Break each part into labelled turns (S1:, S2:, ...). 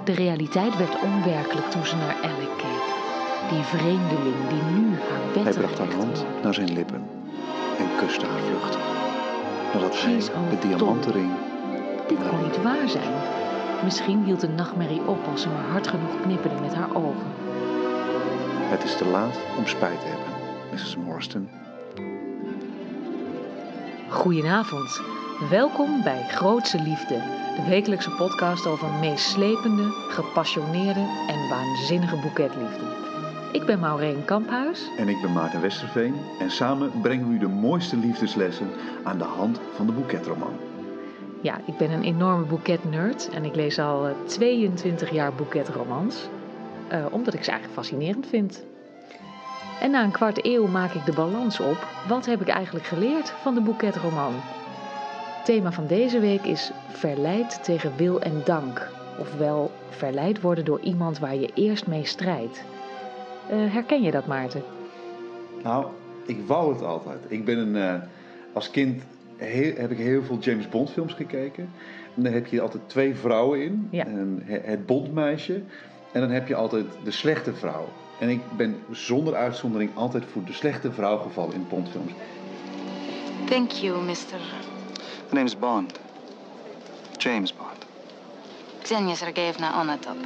S1: De realiteit werd onwerkelijk toen ze naar Alec keek. Die vreemdeling die nu haar wetten
S2: Hij bracht haar hand naar zijn lippen en kuste haar vluchtig. Nadat hij de diamantenring...
S1: Dit kon niet waar zijn. Misschien hield de nachtmerrie op als ze maar hard genoeg knipperde met haar ogen.
S2: Het is te laat om spijt te hebben, Mrs. Morriston.
S1: Goedenavond. Welkom bij Grootse Liefde, de wekelijkse podcast over meeslepende, gepassioneerde en waanzinnige boeketliefde. Ik ben Maureen Kamphuis.
S2: En ik ben Maarten Westerveen. En samen brengen we u de mooiste liefdeslessen aan de hand van de boeketroman.
S1: Ja, ik ben een enorme boeketnerd en ik lees al 22 jaar boeketromans. Omdat ik ze eigenlijk fascinerend vind. En na een kwart eeuw maak ik de balans op. Wat heb ik eigenlijk geleerd van de boeketroman? Het thema van deze week is verleid tegen wil en dank. Ofwel verleid worden door iemand waar je eerst mee strijdt. Herken je dat, Maarten?
S2: Nou, ik wou het altijd. Ik ben als kind heb ik heel veel James Bond films gekeken. En dan heb je altijd twee vrouwen in.
S1: Ja.
S2: Het Bondmeisje. En dan heb je altijd de slechte vrouw. En ik ben zonder uitzondering altijd voor de slechte vrouw gevallen in Bondfilms.
S3: Thank you, Mr.
S4: The name is Bond. James Bond.
S3: Xenia Sergeyevna Onatop.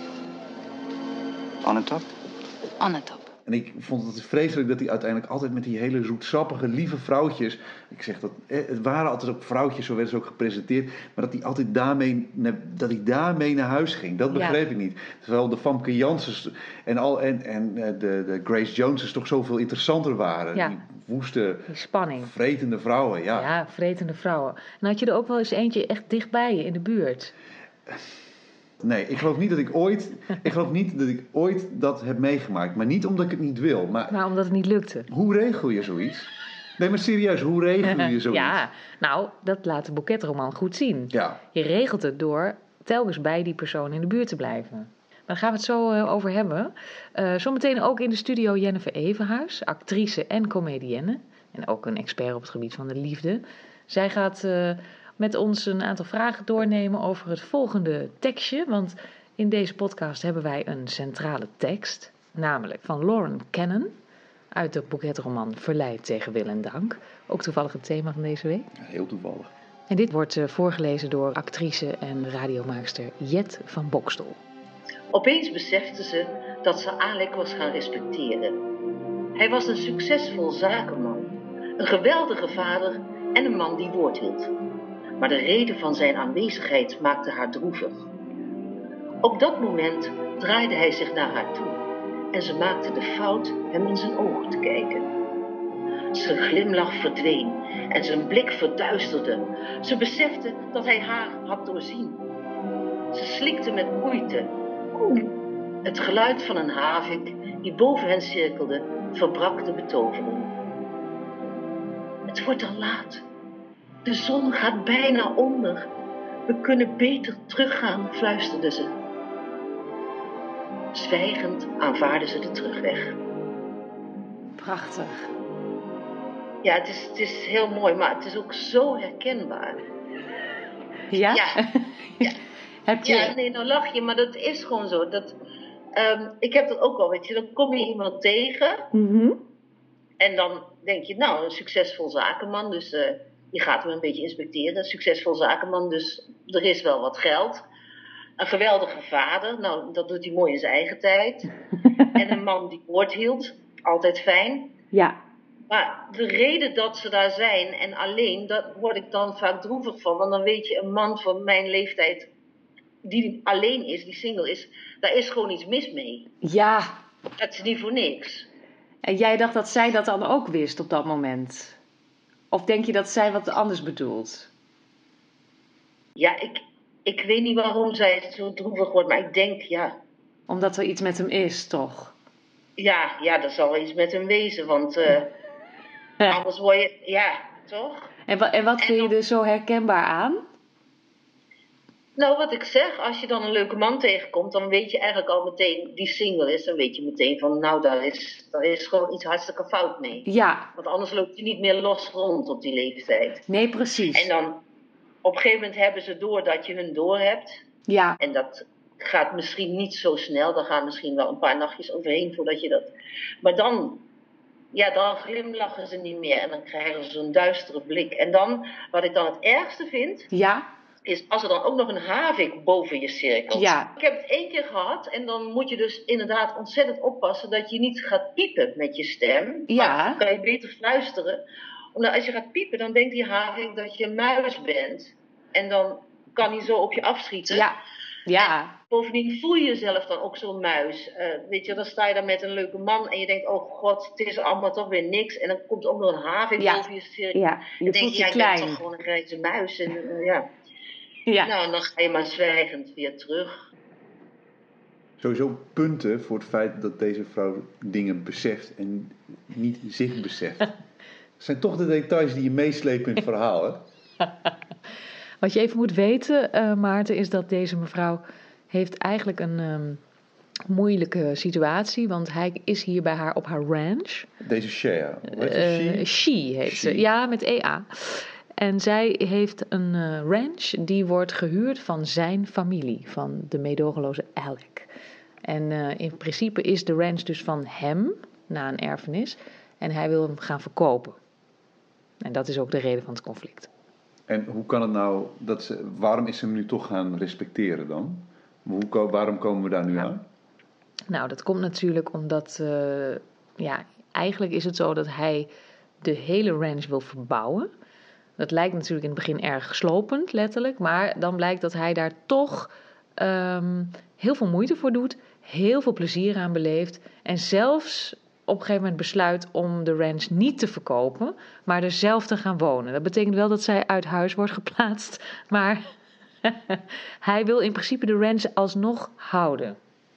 S4: Onatop?
S3: Onatop.
S2: En ik vond het vreselijk dat hij uiteindelijk altijd met die hele zoetsappige, lieve vrouwtjes... Ik zeg dat, het waren altijd ook vrouwtjes, zo werden ze ook gepresenteerd... maar dat hij altijd daarmee naar huis ging. Dat begreep ik niet. Terwijl de Famke Janssens en de Grace Joneses toch zoveel interessanter waren.
S1: Ja.
S2: Die woeste,
S1: Die spanning.
S2: vretende vrouwen, ja.
S1: Ja, vretende vrouwen. En had je er ook wel eens eentje echt dichtbij je in de buurt?
S2: Nee, ik geloof niet dat ik ooit dat heb meegemaakt. Maar niet omdat ik het niet wil. Maar
S1: Omdat het niet lukte.
S2: hoe regel je zoiets? Nee, maar serieus, hoe regel je zoiets?
S1: Ja, nou, dat laat de boeketroman goed zien.
S2: Ja.
S1: Je regelt het door telkens bij die persoon in de buurt te blijven. Maar daar gaan we het zo over hebben. Zometeen ook in de studio Jennifer Evenhuis, actrice en comedienne. En ook een expert op het gebied van de liefde. Zij gaat met ons een aantal vragen doornemen over het volgende tekstje. Want in deze podcast hebben wij een centrale tekst. Namelijk van Lauren Cannon. Uit de boeketroman Verleid tegen wil en dank. Ook toevallig het thema van deze week.
S2: Ja, heel toevallig.
S1: En dit wordt voorgelezen door actrice en radiomaakster Jet van Bokstel.
S5: Opeens besefte ze dat ze Alec was gaan respecteren. Hij was een succesvol zakenman, een geweldige vader en een man die woord hield. Maar de reden van zijn aanwezigheid maakte haar droevig. Op dat moment draaide hij zich naar haar toe en ze maakte de fout hem in zijn ogen te kijken. Zijn glimlach verdween en zijn blik verduisterde. Ze besefte dat hij haar had doorzien. Ze slikte met moeite. Het geluid van een havik die boven hen cirkelde verbrak de betovering. Het wordt al laat. De zon gaat bijna onder. We kunnen beter teruggaan, fluisterde ze. Zwijgend aanvaarde ze de terugweg.
S1: Prachtig.
S5: Ja, het is heel mooi, maar het is ook zo herkenbaar.
S1: Ja?
S5: Ja.
S1: Heb je...
S5: Ja, nee, nou lach je, maar dat is gewoon zo. Ik heb dat ook wel, weet je. Dan kom je iemand tegen en dan denk je, nou, een succesvol zakenman, dus je gaat hem een beetje inspecteren. Een succesvol zakenman, dus er is wel wat geld. Een geweldige vader, nou, dat doet hij mooi in zijn eigen tijd. En een man die woord hield, altijd fijn.
S1: Ja.
S5: Maar de reden dat ze daar zijn en alleen, daar word ik dan vaak droevig van. Want dan weet je, een man van mijn leeftijd die alleen is, die single is, daar is gewoon iets mis mee.
S1: Ja.
S5: Dat is niet voor niks.
S1: En jij dacht dat zij dat dan ook wist op dat moment? Of denk je dat zij wat anders bedoelt?
S5: Ja, ik weet niet waarom zij zo droevig wordt, maar ik denk, ja.
S1: Omdat er iets met hem is, toch?
S5: Ja, er zal wel iets met hem wezen, want anders word je, ja, toch?
S1: En wat vind je er zo herkenbaar aan?
S5: Nou, wat ik zeg, als je dan een leuke man tegenkomt, dan weet je eigenlijk al meteen, die single is, dan weet je meteen van, nou, daar is gewoon iets hartstikke fout mee.
S1: Ja.
S5: Want anders loopt je niet meer los rond op die leeftijd.
S1: Nee, precies.
S5: En dan, op een gegeven moment hebben ze door dat je hun door hebt.
S1: Ja.
S5: En dat gaat misschien niet zo snel. Daar gaan misschien wel een paar nachtjes overheen voordat je dat... Maar dan glimlachen ze niet meer en dan krijgen ze zo'n duistere blik. En dan, wat ik dan het ergste vind...
S1: Ja.
S5: Is als er dan ook nog een havik boven je cirkelt.
S1: Ja.
S5: Ik heb het 1 keer gehad en dan moet je dus inderdaad ontzettend oppassen dat je niet gaat piepen met je stem.
S1: Ja.
S5: Maar dan kan je beter fluisteren. Omdat als je gaat piepen, dan denkt die havik dat je een muis bent. En dan kan hij zo op je afschieten.
S1: Ja. Ja.
S5: En bovendien voel je jezelf dan ook zo'n muis. Weet je, dan sta je daar met een leuke man en je denkt, oh god, het is allemaal toch weer niks. En dan komt er ook nog een havik boven je cirkel.
S1: Ja. Je
S5: dan denk
S1: voelt je
S5: ik
S1: klein.
S5: ben toch gewoon een grijze muis. En ja.
S1: Ja.
S5: Nou, en dan ga je maar zwijgend weer terug.
S2: Sowieso punten voor het feit dat deze vrouw dingen beseft en niet zich beseft. Het zijn toch de details die je meeslepen in het verhaal, hè?
S1: Wat je even moet weten, Maarten, is dat deze mevrouw heeft eigenlijk een moeilijke situatie. Want hij is hier bij haar op haar ranch.
S2: Deze Shea, hoe heet ze?
S1: She heet ze, ja, met EA. En zij heeft een ranch die wordt gehuurd van zijn familie, van de meedogenloze Alec. En in principe is de ranch dus van hem, na een erfenis. En hij wil hem gaan verkopen. En dat is ook de reden van het conflict.
S2: En hoe kan het nou, waarom is ze hem nu toch gaan respecteren dan? Waarom komen we daar nu aan?
S1: Nou, dat komt natuurlijk omdat, eigenlijk is het zo dat hij de hele ranch wil verbouwen. Dat lijkt natuurlijk in het begin erg slopend, letterlijk. Maar dan blijkt dat hij daar toch heel veel moeite voor doet. Heel veel plezier aan beleeft. En zelfs op een gegeven moment besluit om de ranch niet te verkopen. Maar er zelf te gaan wonen. Dat betekent wel dat zij uit huis wordt geplaatst. Maar hij wil in principe de ranch alsnog houden.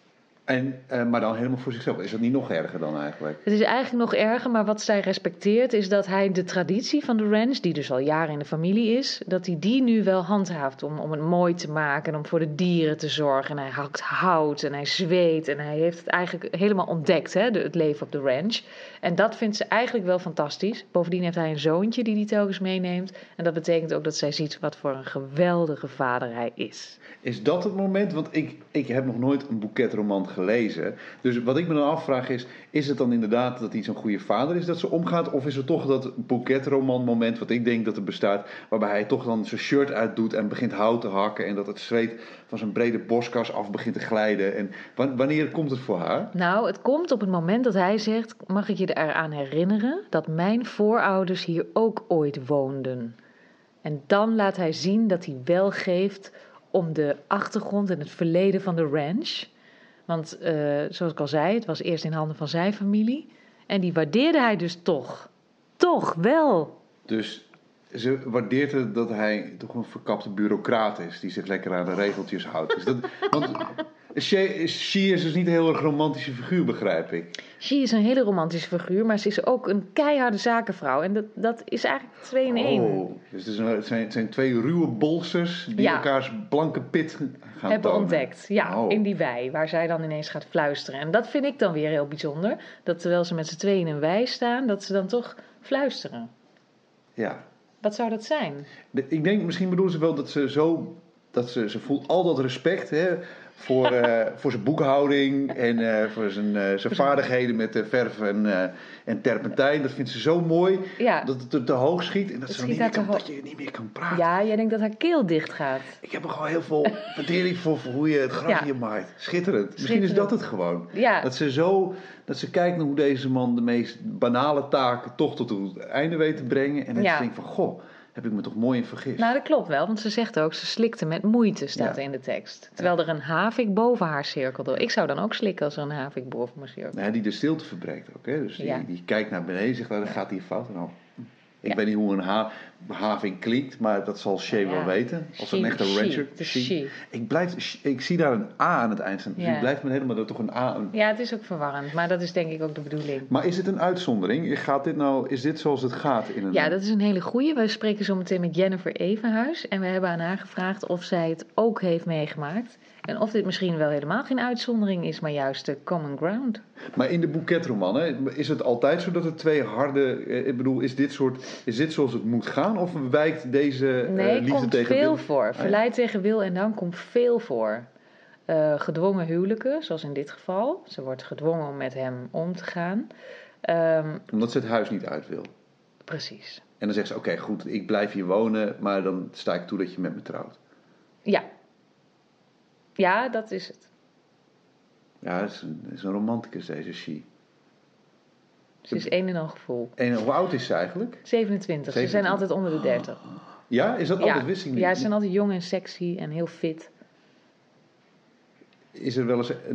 S2: Maar dan helemaal voor zichzelf. Is dat niet nog erger dan eigenlijk?
S1: Het is eigenlijk nog erger, maar wat zij respecteert is dat hij de traditie van de ranch, die dus al jaren in de familie is, dat hij die nu wel handhaaft om het mooi te maken en om voor de dieren te zorgen. En hij hakt hout en hij zweet en hij heeft het eigenlijk helemaal ontdekt, hè, het leven op de ranch. En dat vindt ze eigenlijk wel fantastisch. Bovendien heeft hij een zoontje die telkens meeneemt. En dat betekent ook dat zij ziet wat voor een geweldige vader hij is.
S2: Is dat het moment? Want ik heb nog nooit een boeketroman gelezen. Dus wat ik me dan afvraag is het dan inderdaad dat hij zo'n goede vader is dat ze omgaat? Of is het toch dat boeketroman moment wat ik denk dat er bestaat, waarbij hij toch dan zijn shirt uitdoet en begint hout te hakken en dat het zweet van zijn brede borstkas af begint te glijden? En wanneer komt het voor haar?
S1: Nou, het komt op het moment dat hij zegt, mag ik je eraan herinneren dat mijn voorouders hier ook ooit woonden? En dan laat hij zien dat hij wel geeft om de achtergrond en het verleden van de ranch. Want zoals ik al zei, het was eerst in handen van zijn familie. En die waardeerde hij dus toch. Toch wel.
S2: Dus ze waardeert het dat hij toch een verkapte bureaucraat is die zich lekker aan de regeltjes houdt. Want She is dus niet een heel erg romantische figuur, begrijp ik.
S1: She is een hele romantische figuur, maar ze is ook een keiharde zakenvrouw. En dat is eigenlijk 2 in 1.
S2: Oh, dus het zijn 2 ruwe bolsers die elkaars blanke pit gaan
S1: hebben
S2: tonen.
S1: ontdekt, in die wei, waar zij dan ineens gaat fluisteren. En dat vind ik dan weer heel bijzonder. Dat terwijl ze met z'n tweeën in een wei staan, dat ze dan toch fluisteren.
S2: Ja.
S1: Wat zou dat zijn?
S2: Ik denk, misschien bedoelen ze wel dat ze voelt al dat respect, hè, voor zijn boekhouding en voor zijn vaardigheden met verf en terpentijn. Dat vindt ze zo mooi, dat het te hoog schiet en dat je niet meer kan praten.
S1: Ja, jij denkt dat haar keel dicht gaat.
S2: Ik heb er gewoon heel veel waardering voor hoe je het gras hier maait. Schitterend. Misschien is dat het gewoon.
S1: Ja.
S2: Dat ze kijkt naar hoe deze man de meest banale taken toch tot het einde weet te brengen. En dat ze denkt van, goh, heb ik me toch mooi in vergist.
S1: Nou, dat klopt wel, want ze zegt ook, ze slikte met moeite, staat er in de tekst. Terwijl er een havik boven haar cirkelde. Ik zou dan ook slikken als er een havik boven me cirkelde.
S2: Nou, die de stilte verbreekt ook, hè. Dus die kijkt naar beneden en zegt, dan gaat hier fout. Nou, ik weet niet hoe een havik klinkt, maar dat zal She wel weten. Als een echte rancher. Ik zie daar een A aan het eind staan. Dus ik blijf me helemaal toch een A.
S1: Ja, het is ook verwarrend, maar dat is denk ik ook de bedoeling.
S2: Maar is het een uitzondering? Is dit zoals het gaat?
S1: Ja, dat is een hele goeie. We spreken zo meteen met Jennifer Evenhuis. En we hebben aan haar gevraagd of zij het ook heeft meegemaakt. En of dit misschien wel helemaal geen uitzondering is, maar juist de common ground.
S2: Maar in de boeketroman, hè, is het altijd zo dat er 2 harde... Ik bedoel, is dit zoals het moet gaan? Of wijkt deze liefde tegen...
S1: Nee, komt veel voor. Verleid tegen wil en dan komt veel voor. gedwongen huwelijken, zoals in dit geval. Ze wordt gedwongen om met hem om te gaan.
S2: Omdat ze het huis niet uit wil.
S1: Precies.
S2: En dan zegt ze, oké, goed, ik blijf hier wonen, maar dan sta ik toe dat je met me trouwt.
S1: Ja. Ja, dat is het.
S2: Ja, het is een romanticus, deze She.
S1: Ze is een en al gevoel.
S2: En hoe oud is ze eigenlijk?
S1: 27. Ze zijn altijd onder de 30.
S2: Ja, is dat altijd? Wist ik niet.
S1: Ja, ze zijn altijd jong en sexy en heel fit.
S2: Is er wel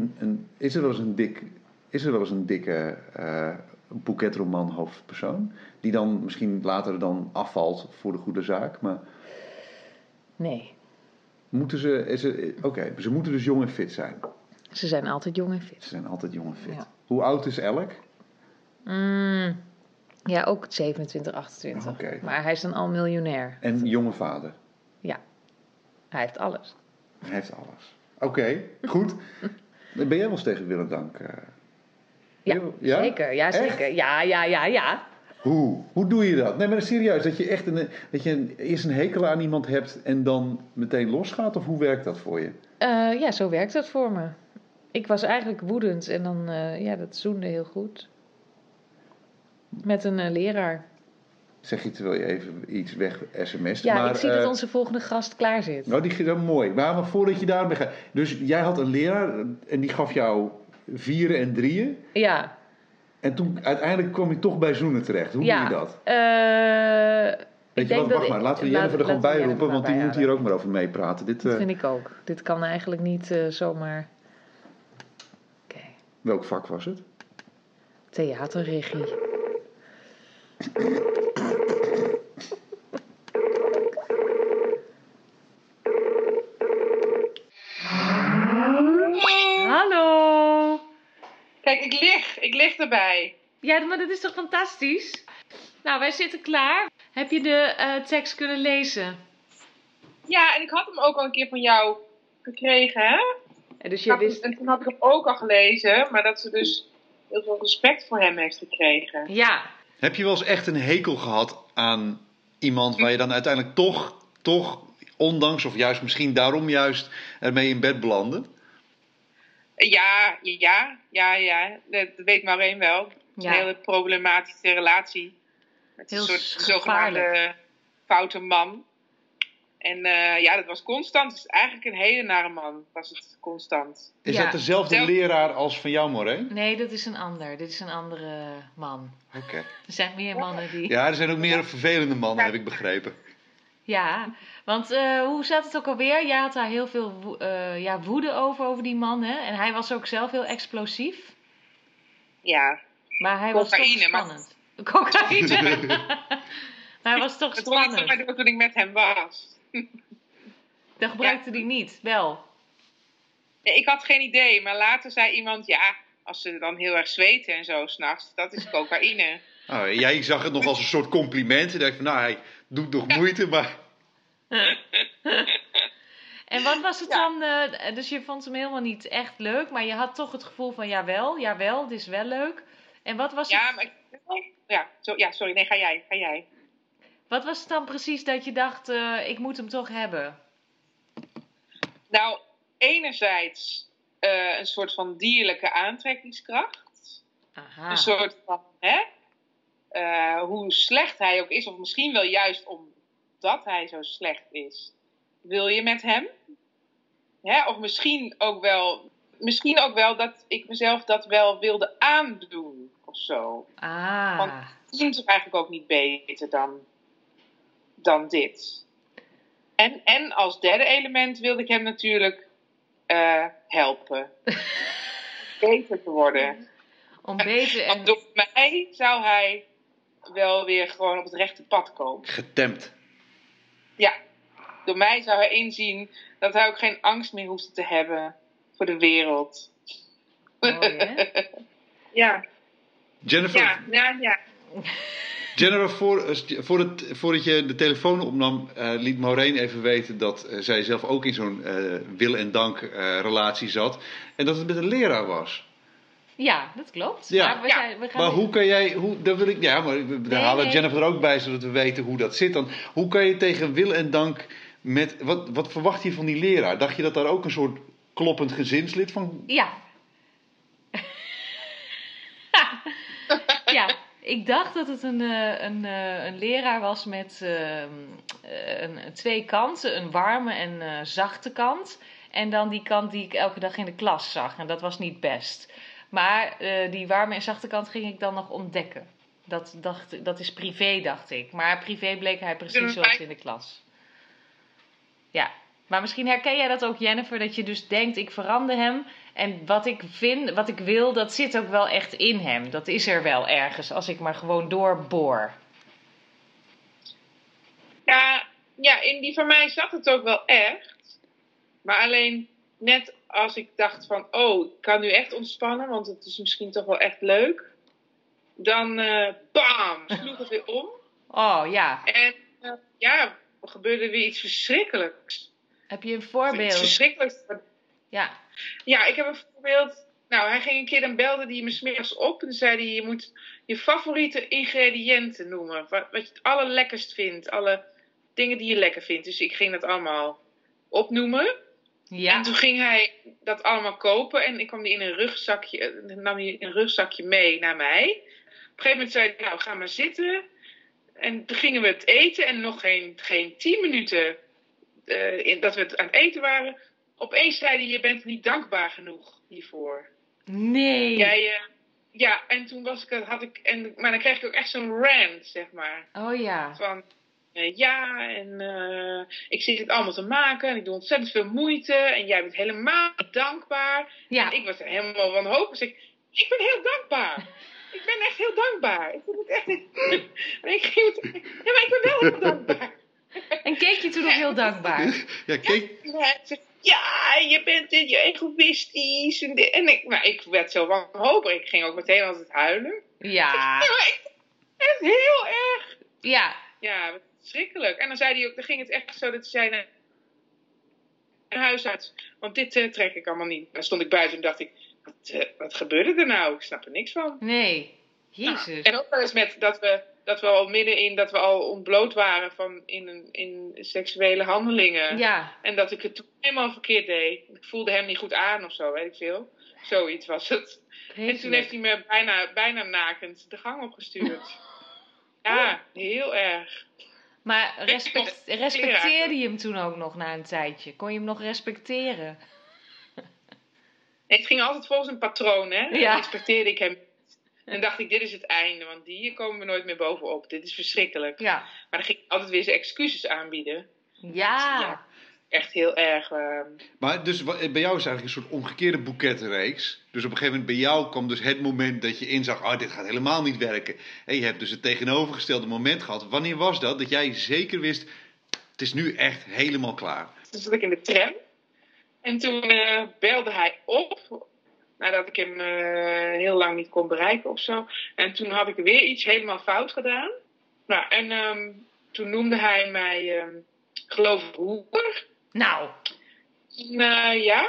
S2: eens een dikke boeketroman hoofdpersoon? Die dan misschien later dan afvalt voor de goede zaak, maar...
S1: Nee.
S2: Ze moeten dus jong en fit zijn.
S1: Ze zijn altijd jong en fit.
S2: Ze zijn altijd jong en fit.
S1: Ja.
S2: Hoe oud is Alec?
S1: Ja, ook 27, 28.
S2: Oké.
S1: Maar hij is dan al miljonair.
S2: En jonge vader.
S1: Ja. Hij heeft alles.
S2: Hij heeft alles. Oké, goed. Ben jij wel eens tegen wil en dank?
S1: Ja,
S2: Ja?
S1: zeker. Ja, zeker.
S2: Echt?
S1: Ja.
S2: Hoe doe je dat? Nee, maar serieus, dat je echt eerst een hekel aan iemand hebt en dan meteen losgaat? Of hoe werkt dat voor je?
S1: Ja, zo werkt dat voor me. Ik was eigenlijk woedend en dan, dat zoende heel goed. Met een leraar.
S2: Zeg je terwijl je even iets weg sms't.
S1: Ja,
S2: maar,
S1: ik zie dat onze volgende gast klaar zit.
S2: Nou, die ging dan mooi. Maar voordat je daarmee gaat... Dus jij had een leraar en die gaf jou 4 en 3.
S1: Ja.
S2: En toen uiteindelijk kwam je toch bij zoenen terecht. Hoe doe je dat? Weet je wat, wacht maar. Laten we Jennifer er gewoon bij roepen, want die moet hier ook maar over meepraten.
S1: Dat vind ik ook. Dit kan eigenlijk niet zomaar... Oké.
S2: Welk vak was het?
S1: Theaterregie. Hallo.
S6: Kijk, ik lig erbij.
S1: Ja, maar dat is toch fantastisch? Nou, wij zitten klaar. Heb je de tekst kunnen lezen?
S6: Ja, en ik had hem ook al een keer van jou gekregen, hè?
S1: En, dus je wist...
S6: En toen had ik hem ook al gelezen, maar dat ze dus heel veel respect voor hem heeft gekregen.
S1: Ja.
S2: Heb je wel eens echt een hekel gehad aan iemand waar je dan uiteindelijk toch ondanks of juist misschien daarom juist ermee in bed belandde?
S6: Ja. Dat weet Maureen wel. Het is
S1: Ja.
S6: een hele problematische relatie. Met
S1: Heel
S6: een soort
S1: gevaarlijk.
S6: zogenaamde foute man. En dat was constant. Het is eigenlijk een hele nare man, was het constant.
S2: Is
S1: Ja.
S2: dat dezelfde leraar als van jou, Maureen?
S1: Nee, dat is een ander. Dit is een andere man.
S2: Oké.
S1: Er zijn meer mannen die...
S2: Ja, er zijn ook meer vervelende mannen, heb ik begrepen.
S1: Ja, want hoe zat het ook alweer? Jij had daar heel veel woede over die man, hè? En hij was ook zelf heel explosief.
S6: Ja.
S1: Maar hij was toch
S6: Cocaïne, maar-
S1: spannend. Cocaïne. Maar hij was toch
S6: Dat kon ik
S1: spannend.
S6: maar doen toen ik met hem was.
S1: Dat gebruikte hij niet, wel.
S6: Ja, ik had geen idee, maar later zei iemand, ja, als ze dan heel erg zweten en zo 's nachts, dat is cocaïne.
S2: Oh, jij zag het nog als een soort compliment. En dacht van, nou, hij doet nog moeite, maar...
S1: En wat was het
S6: Ja.
S1: dan? Dus je vond hem helemaal niet echt leuk, maar je had toch het gevoel van jawel, het is wel leuk. En wat was
S6: Ja,
S1: het?
S6: maar sorry, nee, ga jij.
S1: Wat was het dan precies dat je dacht, ik moet hem toch hebben?
S6: Nou, enerzijds een soort van dierlijke aantrekkingskracht.
S1: Aha.
S6: Een soort van, hoe slecht hij ook is, of misschien wel juist omdat hij zo slecht is, wil je met hem? Of misschien ook wel dat ik mezelf dat wel wilde aandoen, of zo. Want
S1: Ah.
S6: het is toch eigenlijk ook niet beter dan dit. En als derde element wilde ik hem natuurlijk helpen. Beter te worden.
S1: Om beter en...
S6: Want door mij zou hij wel weer gewoon op het rechte pad komen.
S2: Getemd.
S6: Ja, door mij zou hij inzien dat hij ook geen angst meer hoeft te hebben voor de wereld.
S1: Mooi, hè?
S6: Ja.
S2: Jennifer,
S6: Ja.
S2: Jennifer voordat je de telefoon opnam, liet Maureen even weten dat zij zelf ook in zo'n wil- en dank-relatie zat. En dat het met een leraar was.
S1: Ja, dat klopt.
S2: Ja.
S1: Maar we gaan
S2: Maar hoe kan jij... dat wil ik, ja, maar we halen
S1: nee.
S2: Jennifer er ook bij, zodat we weten hoe dat zit dan. Hoe kan je tegen wil en dank met... Wat verwacht je van die leraar? Dacht je dat daar ook een soort kloppend gezinslid van...
S1: Ja. Ja, ik dacht dat het een leraar was met 2 kanten. Een warme en zachte kant. En dan die kant die ik elke dag in de klas zag. En dat was niet best. Maar die warme en zachte kant ging ik dan nog ontdekken. Dat is privé, dacht ik. Maar privé bleek hij precies zoals in de klas. Ja, maar misschien herken jij dat ook, Jennifer. Dat je dus denkt, ik verander hem. En wat ik vind, wat ik wil, dat zit ook wel echt in hem. Dat is er wel ergens, als ik maar gewoon doorboor.
S6: Ja, in die van mij zat het ook wel echt. Maar alleen net als ik dacht van, ik kan nu echt ontspannen, want het is misschien toch wel echt leuk. Dan, bam, sloeg het weer om.
S1: Oh, ja.
S6: En er gebeurde weer iets verschrikkelijks.
S1: Heb je een voorbeeld?
S6: Iets verschrikkelijks.
S1: Ja.
S6: Ja, ik heb een voorbeeld. Nou, hij ging een keer, dan belde hij me 's middags op en zei hij, je moet je favoriete ingrediënten noemen. Wat je het allerlekkerst vindt. Alle dingen die je lekker vindt. Dus ik ging dat allemaal opnoemen.
S1: Ja.
S6: En toen ging hij dat allemaal kopen en ik kwam die in een rugzakje, nam hij een rugzakje mee naar mij. Op een gegeven moment zei hij, nou, ga maar zitten. En toen gingen we het eten en nog geen 10 minuten dat we het aan het eten waren. Opeens zei hij, je bent niet dankbaar genoeg hiervoor.
S1: Nee.
S6: Ja, en toen maar dan kreeg ik ook echt zo'n rant, zeg maar.
S1: Oh ja.
S6: Van, ik zit het allemaal te maken en ik doe ontzettend veel moeite en jij bent helemaal niet dankbaar.
S1: Ja.
S6: En ik was er helemaal wanhopig. Dus ik ben heel dankbaar. Ik ben echt heel dankbaar. Ik vind het echt niet... maar ik ben wel heel dankbaar.
S1: En keek je toen ook heel dankbaar?
S2: Ja, kijk.
S6: Ja, je bent je egoïstisch. Maar ik werd zo wanhopig. Ik ging ook meteen altijd huilen.
S1: Ja.
S6: Maar echt heel erg.
S1: Ja.
S6: Ja, wat verschrikkelijk. En dan zei hij ook, dan ging het echt zo dat hij zei, naar huisarts. Want dit trek ik allemaal niet. Dan stond ik buiten en dacht ik, wat gebeurde er nou? Ik snap er niks van.
S1: Nee. Jezus.
S6: Nou, en ook wel eens met dat we al middenin, dat we al ontbloot waren in seksuele handelingen.
S1: Ja.
S6: En dat ik het toen helemaal verkeerd deed. Ik voelde hem niet goed aan of zo, weet ik veel. Zoiets was het.
S1: Vreselijk.
S6: En toen heeft hij me bijna nakend de gang opgestuurd. Ja, heel erg.
S1: Maar respecteerde je hem toen ook nog na een tijdje? Kon je hem nog respecteren?
S6: Nee, het ging altijd volgens een patroon, hè.
S1: Ja.
S6: En respecteerde ik hem. En dacht ik, dit is het einde, want hier komen we nooit meer bovenop. Dit is verschrikkelijk.
S1: Ja.
S6: Maar dan ging ik altijd weer zijn excuses aanbieden.
S1: Ja.
S6: Ja, echt heel erg.
S2: Maar dus bij jou is eigenlijk een soort omgekeerde boekettenreeks. Dus op een gegeven moment bij jou kwam dus het moment dat je inzag, dit gaat helemaal niet werken. En je hebt dus het tegenovergestelde moment gehad. Wanneer was dat jij zeker wist, het is nu echt helemaal klaar?
S6: Toen zat ik in de tram. En toen belde hij op. Nadat ik hem heel lang niet kon bereiken of zo. En toen had ik weer iets helemaal fout gedaan. Nou, en toen noemde hij mij, geloof ik, hoer.
S1: Nou.
S6: Ja.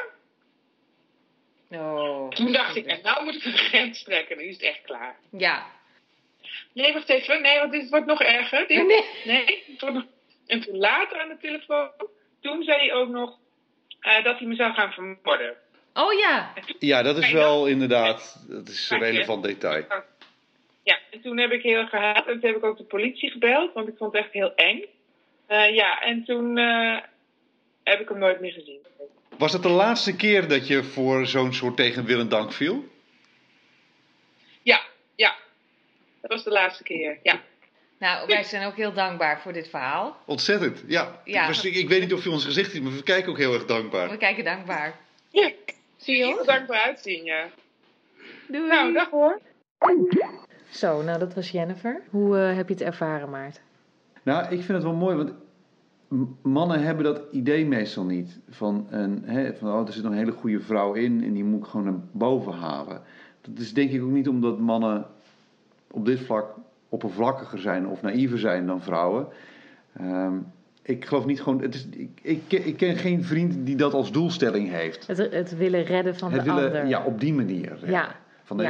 S1: Oh.
S6: Toen dacht ik, en nou moet ik een grens trekken. Nu is het echt klaar.
S1: Ja.
S6: Nee, wacht even. Nee, want dit wordt nog erger. Nee. Het wordt nog... En toen later aan de telefoon, toen zei hij ook nog dat hij me zou gaan vermoorden.
S1: Oh ja.
S2: Ja, dat is wel inderdaad, dat is een relevant detail.
S6: Ja, en toen heb ik heel erg gehaald. En toen heb ik ook de politie gebeld, want ik vond het echt heel eng. En toen heb ik hem nooit meer gezien.
S2: Was dat de laatste keer dat je voor zo'n soort tegen wil en dank viel?
S6: Ja. Dat was de laatste keer, ja.
S1: Nou, wij zijn ook heel dankbaar voor dit verhaal.
S2: Ontzettend, ja.
S1: Ja.
S2: Ik weet niet of je ons gezicht ziet, maar we kijken ook heel erg dankbaar.
S1: We kijken dankbaar.
S6: Ja,
S1: Zie je
S6: heel
S1: ons?
S6: dankbaar uitzien, ja.
S1: Doei.
S6: Nou, dag hoor.
S1: Zo, nou dat was Jennifer. Hoe heb je het ervaren, Maart?
S2: Nou, ik vind het wel mooi, want mannen hebben dat idee meestal niet. Van er zit een hele goede vrouw in en die moet ik gewoon naar boven halen. Dat is denk ik ook niet omdat mannen op dit vlak oppervlakkiger zijn of naïver zijn dan vrouwen. Ik geloof niet gewoon... Ik ken geen vriend die dat als doelstelling heeft.
S1: Het willen redden van de ander.
S2: Ja, op die manier.
S1: Ja.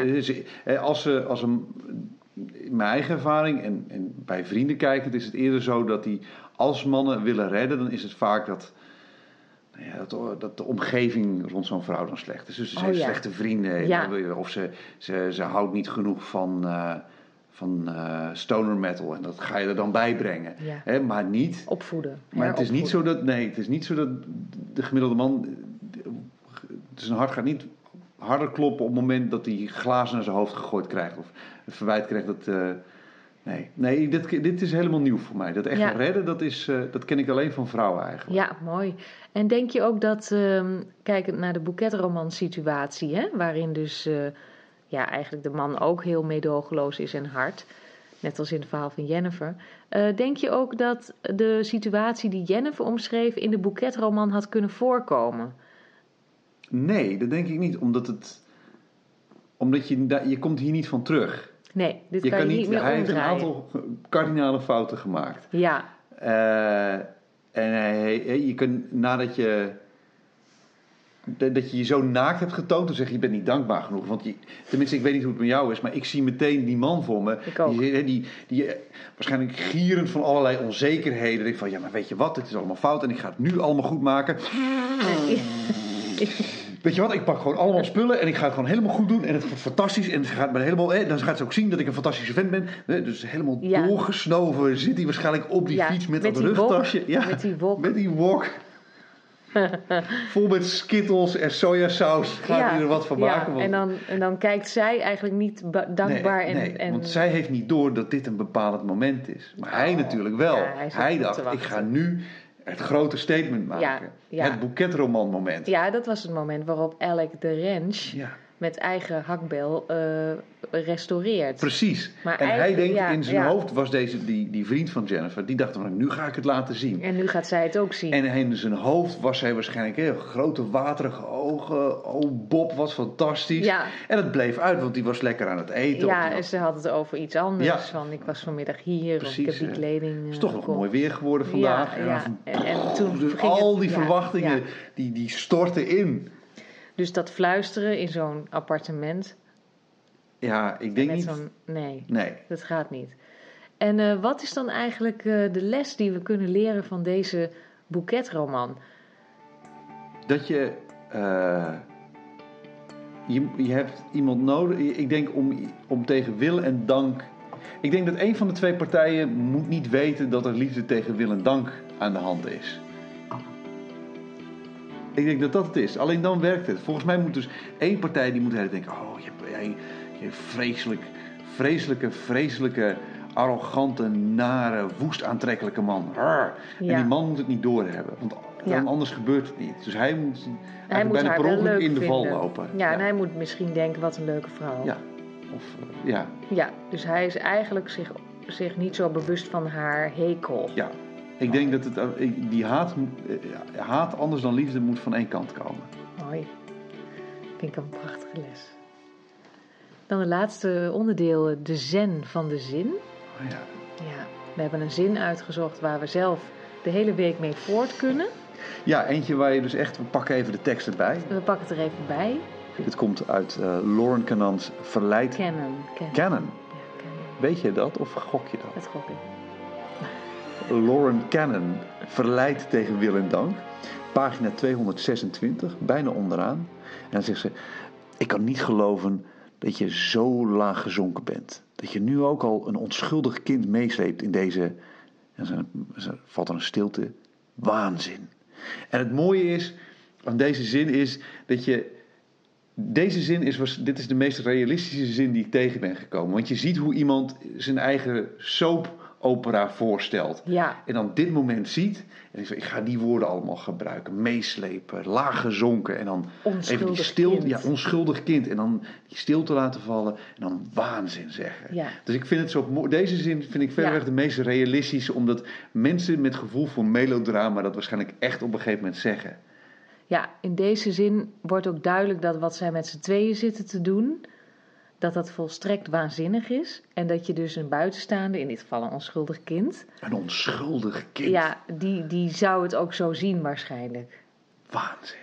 S2: In mijn eigen ervaring en bij vrienden kijkend is het eerder zo dat als mannen willen redden, dan is het vaak dat de omgeving rond zo'n vrouw dan slecht is. Dus ze heeft slechte vrienden.
S1: Ja.
S2: Of ze houdt niet genoeg van stoner metal. En dat ga je er dan bij brengen.
S1: Ja.
S2: Hè, maar niet...
S1: Opvoeden.
S2: Maar het is niet zo dat... Nee, het is niet zo dat de gemiddelde man... Zijn hart gaat niet harder kloppen op het moment dat hij glazen naar zijn hoofd gegooid krijgt. Of het verwijt krijgt dat... Nee, dit is helemaal nieuw voor mij. Dat echt redden, dat ken ik alleen van vrouwen eigenlijk.
S1: Ja, mooi. En denk je ook dat, kijkend naar de boeketroman-situatie, hè, waarin dus eigenlijk de man ook heel meedogenloos is en hard, net als in het verhaal van Jennifer, denk je ook dat de situatie die Jennifer omschreef in de boeketroman had kunnen voorkomen?
S2: Nee, dat denk ik niet, omdat je komt hier niet van terug.
S1: Nee, dit kan je niet meer
S2: hij
S1: omdraaien.
S2: heeft een aantal kardinale fouten gemaakt.
S1: Ja.
S2: En je kunt, nadat dat je zo naakt hebt getoond, dan zeg je bent niet dankbaar genoeg. Want tenminste, ik weet niet hoe het met jou is, maar ik zie meteen die man voor me.
S1: Ik ook.
S2: Die waarschijnlijk gierend van allerlei onzekerheden. Ik van, ja, maar weet je wat, dit is allemaal fout en ik ga het nu allemaal goed maken. Weet je wat, ik pak gewoon allemaal spullen en ik ga het gewoon helemaal goed doen. En het wordt fantastisch. En het gaat me helemaal, dan gaat ze ook zien dat ik een fantastische vent ben. Dus helemaal doorgesnoven zit hij waarschijnlijk op die fiets met dat rugtasje.
S1: Ja, met die wok.
S2: Met die wok. Vol met Skittles en sojasaus. Gaat hij er wat van maken.
S1: Want... En dan kijkt zij eigenlijk niet dankbaar.
S2: Nee, want zij heeft niet door dat dit een bepalend moment is. Maar hij natuurlijk wel.
S1: Ja,
S2: hij dacht, ik ga nu... het grote statement maken. Het boeketroman moment.
S1: Ja, dat was het moment waarop Alec de ranch met eigen hakbel restaureert.
S2: Precies.
S1: Maar
S2: en hij denkt, in zijn hoofd was die vriend van Jennifer, die dacht van, nu ga ik het laten zien.
S1: En nu gaat zij het ook zien.
S2: En in zijn hoofd was hij waarschijnlijk grote waterige ogen. Oh, Bob, wat fantastisch.
S1: Ja.
S2: En het bleef uit, want die was lekker aan het eten.
S1: Ja, en ze had het over iets anders. Van, ik was vanmiddag hier,
S2: precies,
S1: of ik heb die kleding
S2: het is toch nog mooi weer geworden vandaag.
S1: Ja. En toen
S2: dus al die verwachtingen, die stortten in.
S1: Dus dat fluisteren in zo'n appartement.
S2: Ja, ik denk niet...
S1: Nee, dat gaat niet. En wat is dan eigenlijk de les die we kunnen leren van deze boeketroman?
S2: Dat je hebt iemand nodig... Ik denk om tegen wil en dank... Ik denk dat een van de twee partijen moet niet weten dat er liefde tegen wil en dank aan de hand is. Ik denk dat dat het is. Alleen dan werkt het. Volgens mij moet dus één partij die moet denken... Oh, je vreselijke, arrogante, nare, woest aantrekkelijke man. En die man moet het niet doorhebben. Want anders gebeurt het niet. Dus hij moet bijna per ongeluk in de val lopen.
S1: Ja, en hij moet misschien denken, wat een leuke vrouw.
S2: Ja.
S1: Ja, dus hij is eigenlijk zich niet zo bewust van haar hekel.
S2: Ja. Ik denk dat die haat anders dan liefde moet van één kant komen.
S1: Mooi. Vind ik een prachtige les. Dan het laatste onderdeel, de zen van de zin.
S2: Oh ja.
S1: Ja, we hebben een zin uitgezocht waar we zelf de hele week mee voort kunnen.
S2: Ja, eentje waar je dus echt... We pakken even de tekst erbij.
S1: We pakken het er even bij.
S2: Dit komt uit Lauren Cannon's Verleid...
S1: Cannon.
S2: Cannon.
S1: Ja, Cannon.
S2: Weet je dat of gok je dat?
S1: Dat gok ik.
S2: Lauren Cannon, Verleid tegen wil en dank. Pagina 226, bijna onderaan. En dan zegt ze... Ik kan niet geloven dat je zo laag gezonken bent. Dat je nu ook al een onschuldig kind meesleept in deze... En valt er een stilte. Waanzin. En het mooie is, aan deze zin is dat je... Deze zin dit is de meest realistische zin die ik tegen ben gekomen. Want je ziet hoe iemand zijn eigen soapopera voorstelt.
S1: Ja.
S2: En dan dit moment ziet. En ik ga die woorden allemaal gebruiken. Meeslepen, laag gezonken. En dan even die stilte. Ja, onschuldig kind. En dan die stilte laten vallen. En dan waanzin zeggen. Ja. Dus ik vind het zo... Deze zin vind ik verreweg de meest realistische. Omdat mensen met gevoel voor melodrama dat waarschijnlijk echt op een gegeven moment zeggen.
S1: Ja, in deze zin wordt ook duidelijk dat wat zij met z'n tweeën zitten te doen, dat volstrekt waanzinnig is. En dat je dus een buitenstaander, in dit geval een onschuldig kind...
S2: Een onschuldig kind?
S1: Ja, die zou het ook zo zien waarschijnlijk.
S2: Waanzin.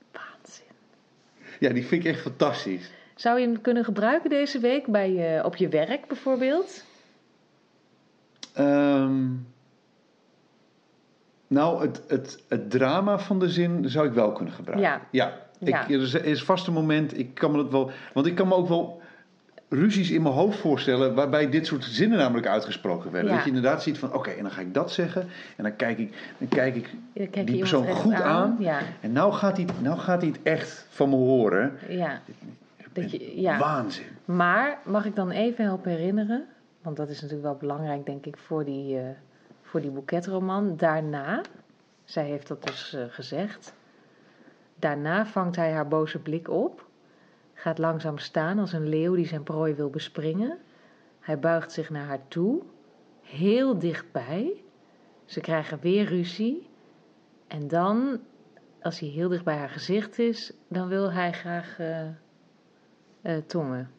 S2: Ja, die vind ik echt fantastisch.
S1: Zou je hem kunnen gebruiken deze week op je werk bijvoorbeeld?
S2: Nou, het drama van de zin zou ik wel kunnen gebruiken.
S1: Ja.
S2: Er is vast een moment, ik kan me dat wel... Want ik kan me ook wel ruzies in mijn hoofd voorstellen waarbij dit soort zinnen namelijk uitgesproken werden.
S1: Ja.
S2: Dat je inderdaad ziet van, oké, en dan ga ik dat zeggen. En dan kijk ik die
S1: je
S2: persoon
S1: iemand
S2: goed
S1: echt
S2: aan.
S1: Ja.
S2: En nou gaat hij het echt van me horen.
S1: Ja.
S2: Waanzin.
S1: Maar mag ik dan even helpen herinneren, want dat is natuurlijk wel belangrijk denk ik voor die boeketroman. Daarna, zij heeft dat dus gezegd, daarna vangt hij haar boze blik op, gaat langzaam staan als een leeuw die zijn prooi wil bespringen. Hij buigt zich naar haar toe, heel dichtbij. Ze krijgen weer ruzie. En dan, als hij heel dicht bij haar gezicht is, dan wil hij graag tongen.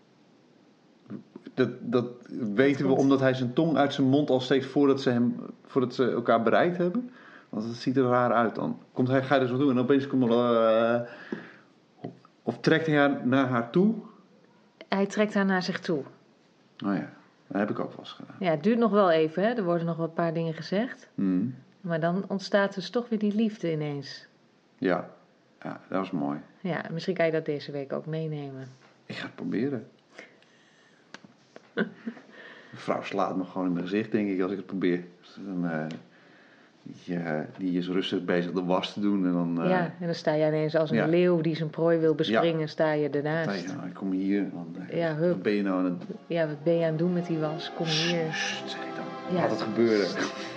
S2: Dat weten we omdat hij zijn tong uit zijn mond al steekt voordat ze elkaar bereikt hebben. Want dat ziet er raar uit dan. Ga je er zo doen en opeens komt er... Of trekt hij haar naar haar toe?
S1: Hij trekt haar naar zich toe.
S2: Oh ja, dat heb ik ook wel eens gedaan.
S1: Ja, het duurt nog wel even, hè? Er worden nog wel een paar dingen gezegd.
S2: Mm.
S1: Maar dan ontstaat dus toch weer die liefde ineens.
S2: Ja, dat was mooi.
S1: Ja, misschien kan je dat deze week ook meenemen.
S2: Ik ga het proberen. Een vrouw slaat me gewoon in mijn gezicht, denk ik, als ik het probeer. Dus dan, die is rustig bezig de was te doen. En dan,
S1: ja, en dan sta je ineens als een leeuw die zijn prooi wil bespringen, sta je ernaast.
S2: Ik kom hier.
S1: Hup.
S2: Wat ben je nou aan het...
S1: Ja, wat ben je aan het doen met die was? Kom hier.
S2: Sst, zeg ik dan. Laat het gebeuren.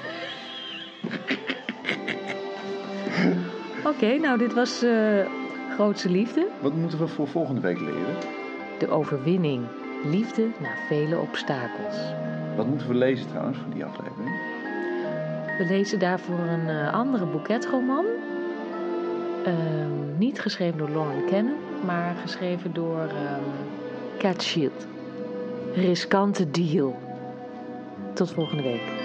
S1: Oké, nou dit was Grootste Liefde.
S2: Wat moeten we voor volgende week leren?
S1: De overwinning. Liefde na vele obstakels.
S2: Wat moeten we lezen trouwens voor die aflevering?
S1: We lezen daarvoor een andere boeketroman. Niet geschreven door Lauren Cannon, maar geschreven door Cat Shield. Riskante deal. Tot volgende week.